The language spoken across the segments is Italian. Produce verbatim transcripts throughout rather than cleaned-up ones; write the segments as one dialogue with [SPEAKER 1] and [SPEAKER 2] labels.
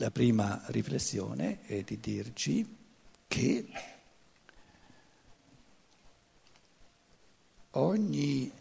[SPEAKER 1] La prima riflessione è di dirci che ogni,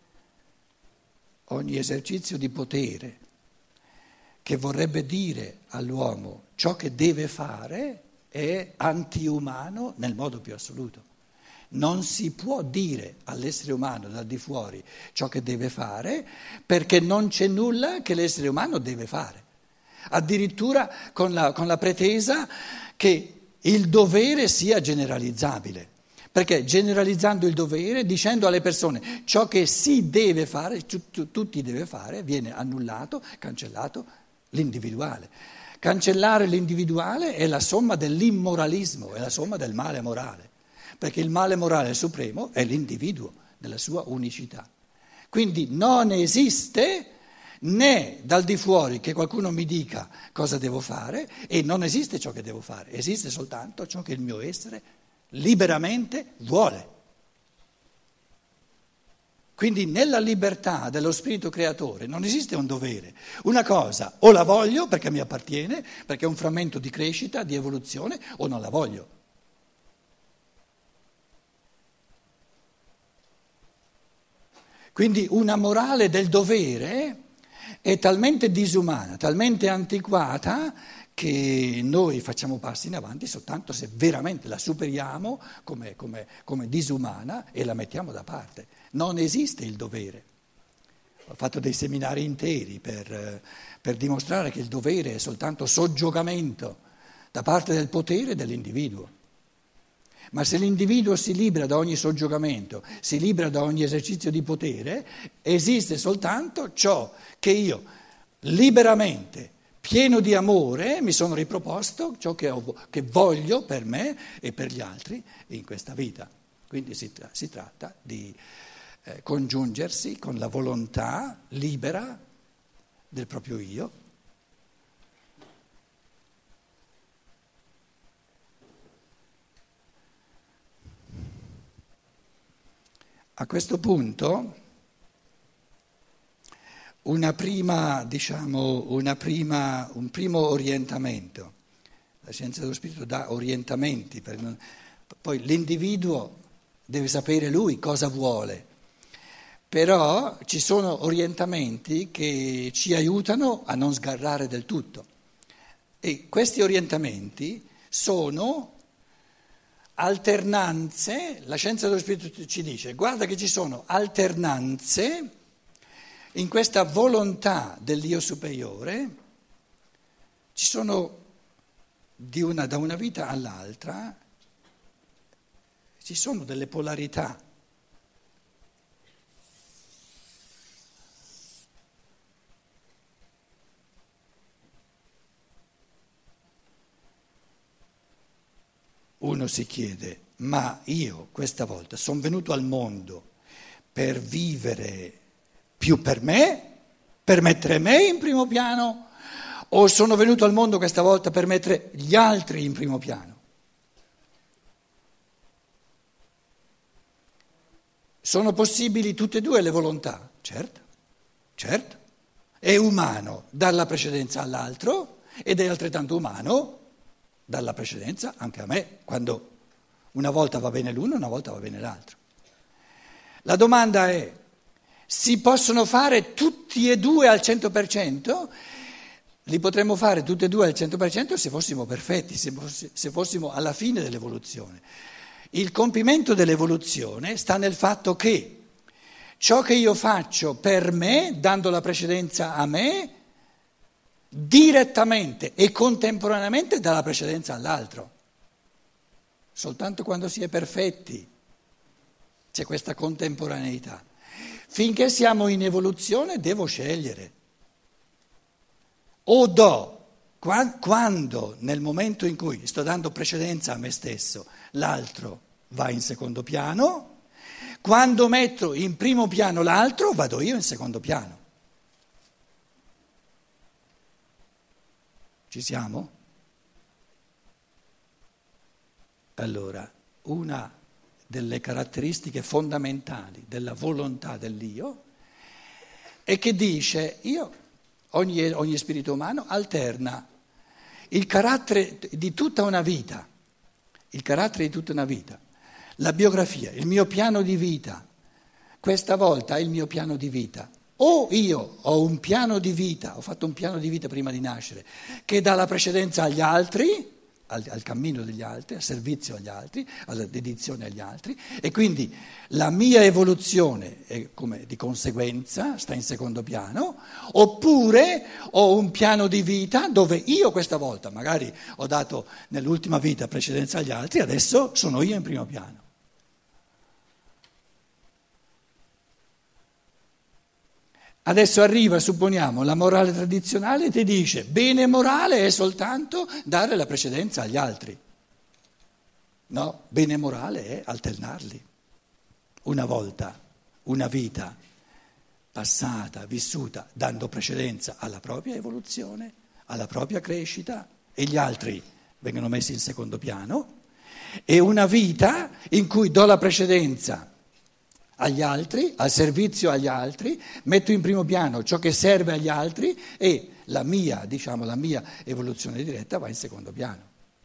[SPEAKER 1] ogni esercizio di potere che vorrebbe dire all'uomo ciò che deve fare è antiumano nel modo più assoluto. Non si può dire all'essere umano dal di fuori ciò che deve fare perché non c'è nulla che l'essere umano deve fare. Addirittura con la, con la pretesa che il dovere sia generalizzabile, perché generalizzando il dovere, dicendo alle persone ciò che si deve fare, tutti deve fare, viene annullato, cancellato l'individuale. Cancellare l'individuale è la somma dell'immoralismo, è la somma del male morale, perché il male morale supremo è l'individuo nella sua unicità. Quindi non esiste né dal di fuori che qualcuno mi dica cosa devo fare e non esiste ciò che devo fare, esiste soltanto ciò che il mio essere liberamente vuole. Quindi nella libertà dello spirito creatore non esiste un dovere. Una cosa o la voglio perché mi appartiene, perché è un frammento di crescita, di evoluzione, o non la voglio. Quindi una morale del dovere è talmente disumana, talmente antiquata, che noi facciamo passi in avanti soltanto se veramente la superiamo come, come, come disumana e la mettiamo da parte. Non esiste il dovere. Ho fatto dei seminari interi per, per dimostrare che il dovere è soltanto soggiogamento da parte del potere dell'individuo. Ma se l'individuo si libera da ogni soggiogamento, si libera da ogni esercizio di potere, esiste soltanto ciò che io liberamente, pieno di amore, mi sono riproposto, ciò che, ho, che voglio per me e per gli altri in questa vita. Quindi si, tra, si tratta di eh, congiungersi con la volontà libera del proprio io. A questo punto una prima, diciamo, una prima, un primo orientamento. La scienza dello spirito dà orientamenti, per non, poi l'individuo deve sapere lui cosa vuole, però ci sono orientamenti che ci aiutano a non sgarrare del tutto e questi orientamenti sono alternanze. La scienza dello spirito ci dice, guarda che ci sono alternanze in questa volontà dell'io superiore, ci sono di una, da una vita all'altra, ci sono delle polarità. Uno si chiede, ma io questa volta sono venuto al mondo per vivere più per me, per mettere me in primo piano, o sono venuto al mondo questa volta per mettere gli altri in primo piano? Sono possibili tutte e due le volontà? Certo, certo. È umano dar la precedenza all'altro ed è altrettanto umano dar la precedenza anche a me, quando una volta va bene l'uno, una volta va bene l'altro. La domanda è, si possono fare tutti e due al cento per cento? Li potremmo fare tutti e due al cento per cento se fossimo perfetti, se, foss- se fossimo alla fine dell'evoluzione. Il compimento dell'evoluzione sta nel fatto che ciò che io faccio per me, dando la precedenza a me, direttamente e contemporaneamente dà la precedenza all'altro. Soltanto quando si è perfetti c'è questa contemporaneità. Finché siamo in evoluzione devo scegliere. O do, quando nel momento in cui sto dando precedenza a me stesso, l'altro va in secondo piano, quando metto in primo piano l'altro vado io in secondo piano. Ci siamo? Allora, una delle caratteristiche fondamentali della volontà dell'io è che dice, io, ogni, ogni spirito umano alterna il carattere di tutta una vita, il carattere di tutta una vita, la biografia, il mio piano di vita, questa volta è il mio piano di vita. O io ho un piano di vita, ho fatto un piano di vita prima di nascere, che dà la precedenza agli altri, al, al cammino degli altri, al servizio agli altri, alla dedizione agli altri, e quindi la mia evoluzione è come di conseguenza sta in secondo piano, oppure ho un piano di vita dove io questa volta magari ho dato nell'ultima vita precedenza agli altri, adesso sono io in primo piano. Adesso arriva, supponiamo, la morale tradizionale e ti dice bene morale è soltanto dare la precedenza agli altri. No, bene morale è alternarli. Una volta, una vita passata, vissuta, dando precedenza alla propria evoluzione, alla propria crescita, e gli altri vengono messi in secondo piano, e una vita in cui do la precedenza agli altri, al servizio agli altri, metto in primo piano ciò che serve agli altri e la mia, diciamo, la mia evoluzione diretta va in secondo piano.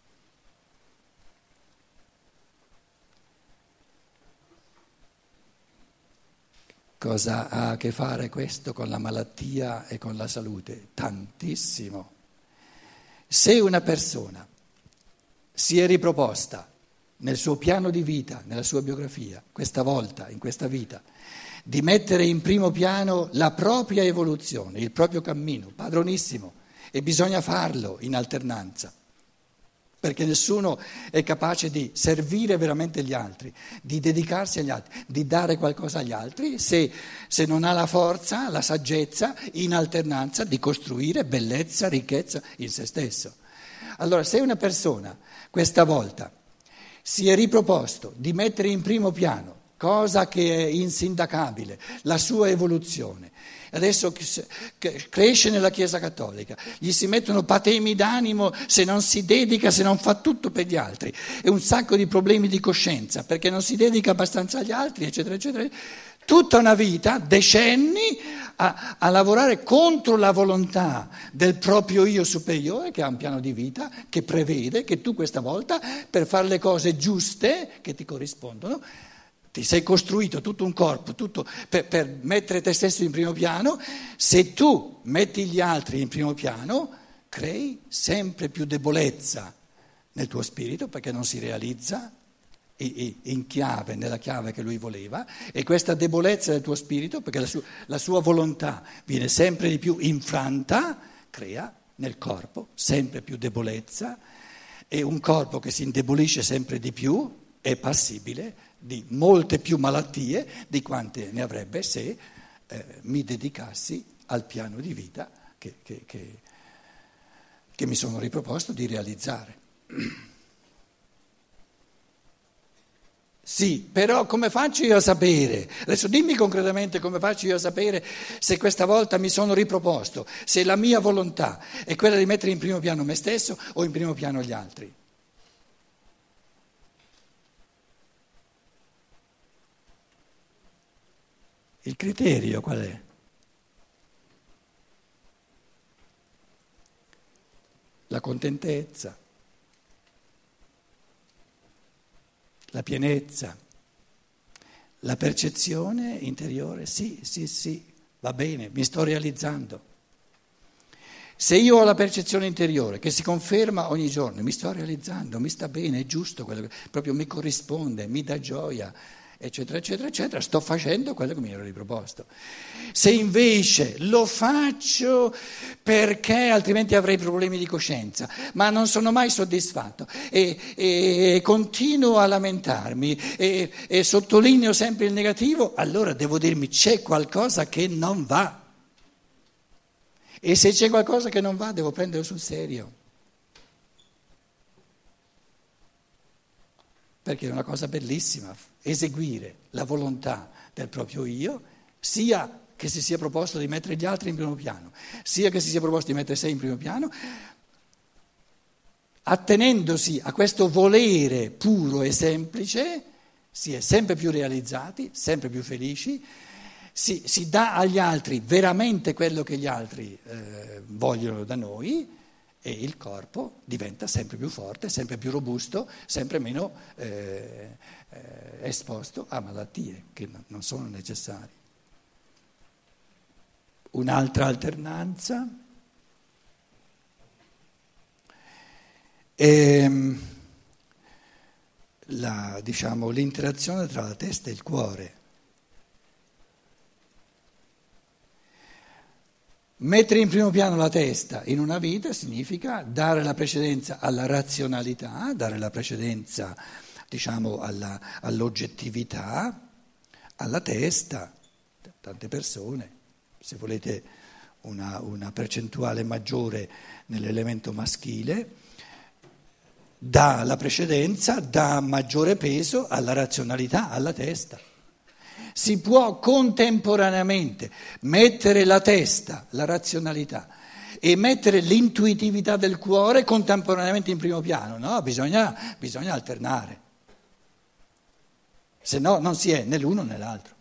[SPEAKER 1] Cosa ha a che fare questo con la malattia e con la salute? Tantissimo. Se una persona si è riproposta nel suo piano di vita, nella sua biografia, questa volta, in questa vita, di mettere in primo piano la propria evoluzione, il proprio cammino, padronissimo, e bisogna farlo in alternanza, perché nessuno è capace di servire veramente gli altri, di dedicarsi agli altri, di dare qualcosa agli altri, se, se non ha la forza, la saggezza, in alternanza, di costruire bellezza, ricchezza in se stesso. Allora, se una persona questa volta si è riproposto di mettere in primo piano, cosa che è insindacabile, la sua evoluzione. Adesso cresce nella Chiesa Cattolica, gli si mettono patemi d'animo se non si dedica, se non fa tutto per gli altri, e un sacco di problemi di coscienza perché non si dedica abbastanza agli altri, eccetera, eccetera. Tutta una vita, decenni, a, a lavorare contro la volontà del proprio io superiore che ha un piano di vita che prevede che tu questa volta, per fare le cose giuste che ti corrispondono, ti sei costruito tutto un corpo tutto per, per mettere te stesso in primo piano. Se tu metti gli altri in primo piano, crei sempre più debolezza nel tuo spirito perché non si realizza in chiave, nella chiave che lui voleva, e questa debolezza del tuo spirito, perché la sua, la sua volontà viene sempre di più infranta, crea nel corpo sempre più debolezza, e un corpo che si indebolisce sempre di più è passibile di molte più malattie di quante ne avrebbe se eh, mi dedicassi al piano di vita che, che, che, che mi sono riproposto di realizzare. Sì, però come faccio io a sapere? Adesso dimmi concretamente come faccio io a sapere se questa volta mi sono riproposto, se la mia volontà è quella di mettere in primo piano me stesso o in primo piano gli altri. Il criterio qual è? La contentezza. La pienezza, la percezione interiore, sì, sì, sì, va bene, mi sto realizzando. Se io ho la percezione interiore che si conferma ogni giorno, mi sto realizzando, mi sta bene, è giusto, quello che proprio mi corrisponde, mi dà gioia, eccetera, eccetera, eccetera, sto facendo quello che mi ero riproposto. Se invece lo faccio perché altrimenti avrei problemi di coscienza, ma non sono mai soddisfatto e, e continuo a lamentarmi e, e sottolineo sempre il negativo, allora devo dirmi c'è qualcosa che non va. E se c'è qualcosa che non va devo prenderlo sul serio. Perché è una cosa bellissima eseguire la volontà del proprio io, sia che si sia proposto di mettere gli altri in primo piano, sia che si sia proposto di mettere sé in primo piano, attenendosi a questo volere puro e semplice, si è sempre più realizzati, sempre più felici, si, si dà agli altri veramente quello che gli altri eh, vogliono da noi, e il corpo diventa sempre più forte, sempre più robusto, sempre meno eh, eh, esposto a malattie che no, non sono necessarie. Un'altra alternanza è la, diciamo, l'interazione tra la testa e il cuore. Mettere in primo piano la testa in una vita significa dare la precedenza alla razionalità, dare la precedenza, diciamo, alla, all'oggettività, alla testa. Tante persone, se volete una, una percentuale maggiore nell'elemento maschile, dà la precedenza, dà maggiore peso alla razionalità, alla testa. Si può contemporaneamente mettere la testa, la razionalità, e mettere l'intuitività del cuore contemporaneamente in primo piano, no? Bisogna, bisogna alternare, se no non si è né l'uno né l'altro.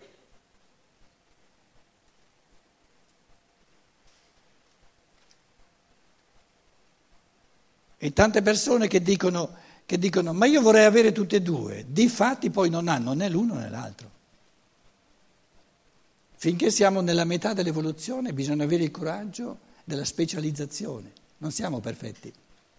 [SPEAKER 1] E tante persone che dicono, che dicono ma io vorrei avere tutte e due, difatti poi non hanno né l'uno né l'altro. Finché siamo nella metà dell'evoluzione bisogna avere il coraggio della specializzazione, non siamo perfetti.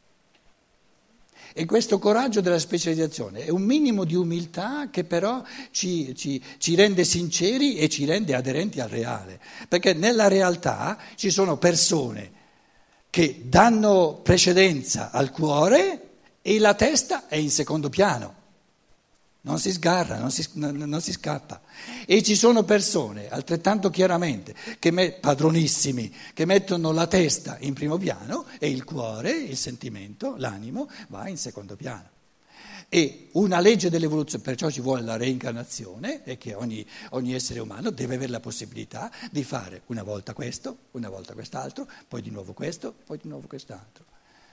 [SPEAKER 1] E questo coraggio della specializzazione è un minimo di umiltà che però ci, ci, ci rende sinceri e ci rende aderenti al reale, perché nella realtà ci sono persone che danno precedenza al cuore e la testa è in secondo piano. Non si sgarra, non si, non, non si scappa. E ci sono persone, altrettanto chiaramente, che met, padronissimi, che mettono la testa in primo piano e il cuore, il sentimento, l'animo va in secondo piano. E una legge dell'evoluzione, perciò ci vuole la reincarnazione, e che ogni, ogni essere umano deve avere la possibilità di fare una volta questo, una volta quest'altro, poi di nuovo questo, poi di nuovo quest'altro.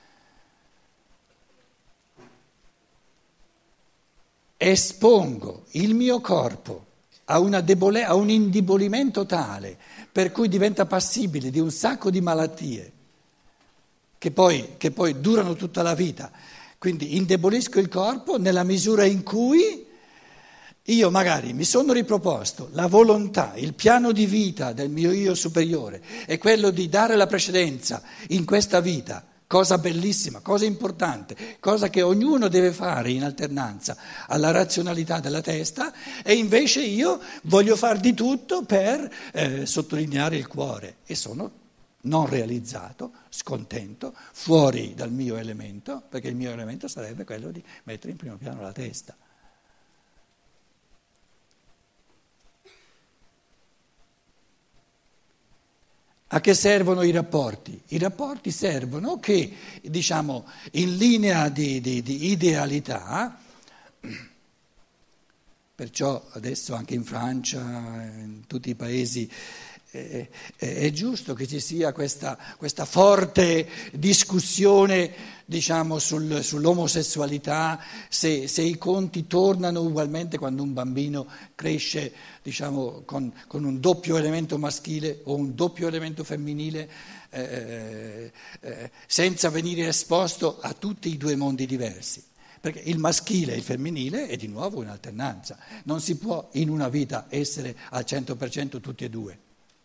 [SPEAKER 1] Espongo il mio corpo a, una debole, a un indebolimento tale per cui diventa passibile di un sacco di malattie che poi, che poi durano tutta la vita. Quindi indebolisco il corpo nella misura in cui io magari mi sono riproposto la volontà, il piano di vita del mio io superiore è quello di dare la precedenza in questa vita. Cosa bellissima, cosa importante, cosa che ognuno deve fare in alternanza alla razionalità della testa, e invece io voglio far di tutto per eh, sottolineare il cuore e sono non realizzato, scontento, fuori dal mio elemento, perché il mio elemento sarebbe quello di mettere in primo piano la testa. A che servono i rapporti? I rapporti servono che, diciamo, in linea di, di, di idealità, perciò adesso anche in Francia, in tutti i paesi, eh, è giusto che ci sia questa, questa forte discussione, diciamo, sul, sull'omosessualità, se, se i conti tornano ugualmente quando un bambino cresce, diciamo, con, con un doppio elemento maschile o un doppio elemento femminile, eh, eh, senza venire esposto a tutti i due mondi diversi. Perché il maschile e il femminile è di nuovo un'alternanza. Non si può in una vita essere al cento per cento tutti e due.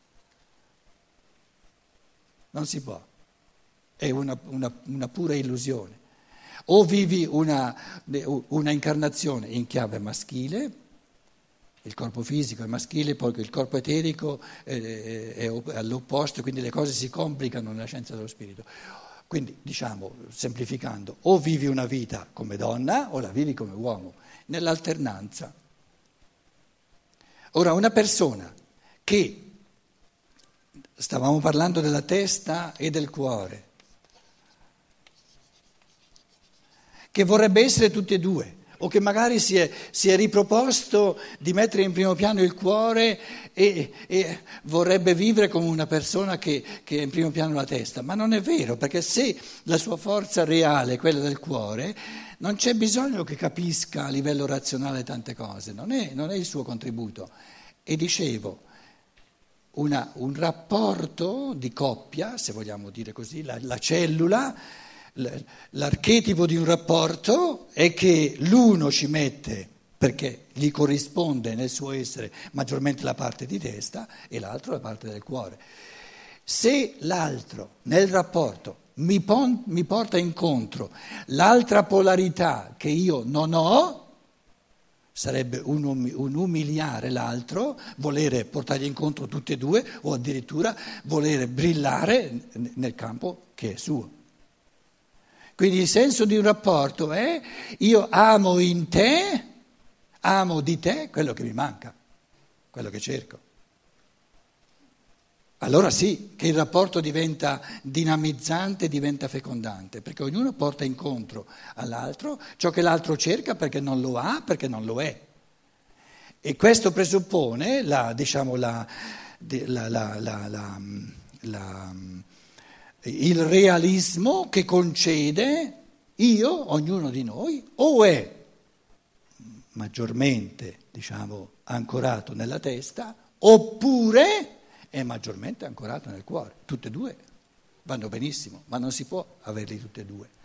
[SPEAKER 1] Non si può. È una, una, una pura illusione. O vivi una, una incarnazione in chiave maschile, il corpo fisico è maschile, poi il corpo eterico è, è, è all'opposto, quindi le cose si complicano nella scienza dello spirito. Quindi, diciamo, semplificando, o vivi una vita come donna o la vivi come uomo, nell'alternanza. Ora, una persona che, stavamo parlando della testa e del cuore, che vorrebbe essere tutti e due, o che magari si è, si è riproposto di mettere in primo piano il cuore e, e vorrebbe vivere come una persona che, che è in primo piano la testa, ma non è vero, perché se la sua forza reale è quella del cuore, non c'è bisogno che capisca a livello razionale tante cose, non è, non è il suo contributo. E dicevo, una, un rapporto di coppia, se vogliamo dire così, la, la cellula, l- l'archetipo di un rapporto è che l'uno ci mette, perché gli corrisponde nel suo essere maggiormente la parte di testa e l'altro la parte del cuore. Se l'altro nel rapporto mi, pon- mi porta incontro l'altra polarità che io non ho, sarebbe un, um- un umiliare l'altro, volere portargli incontro tutti e due o addirittura volere brillare n- nel campo che è suo. Quindi il senso di un rapporto è io amo in te, amo di te quello che mi manca, quello che cerco. Allora sì, che il rapporto diventa dinamizzante, diventa fecondante, perché ognuno porta incontro all'altro ciò che l'altro cerca perché non lo ha, perché non lo è. E questo presuppone la, diciamo, la, la, la, la, la, la, il realismo che concede io, ognuno di noi, o è maggiormente, diciamo, ancorato nella testa, oppure è maggiormente ancorato nel cuore. Tutte e due vanno benissimo, ma non si può averli tutte e due.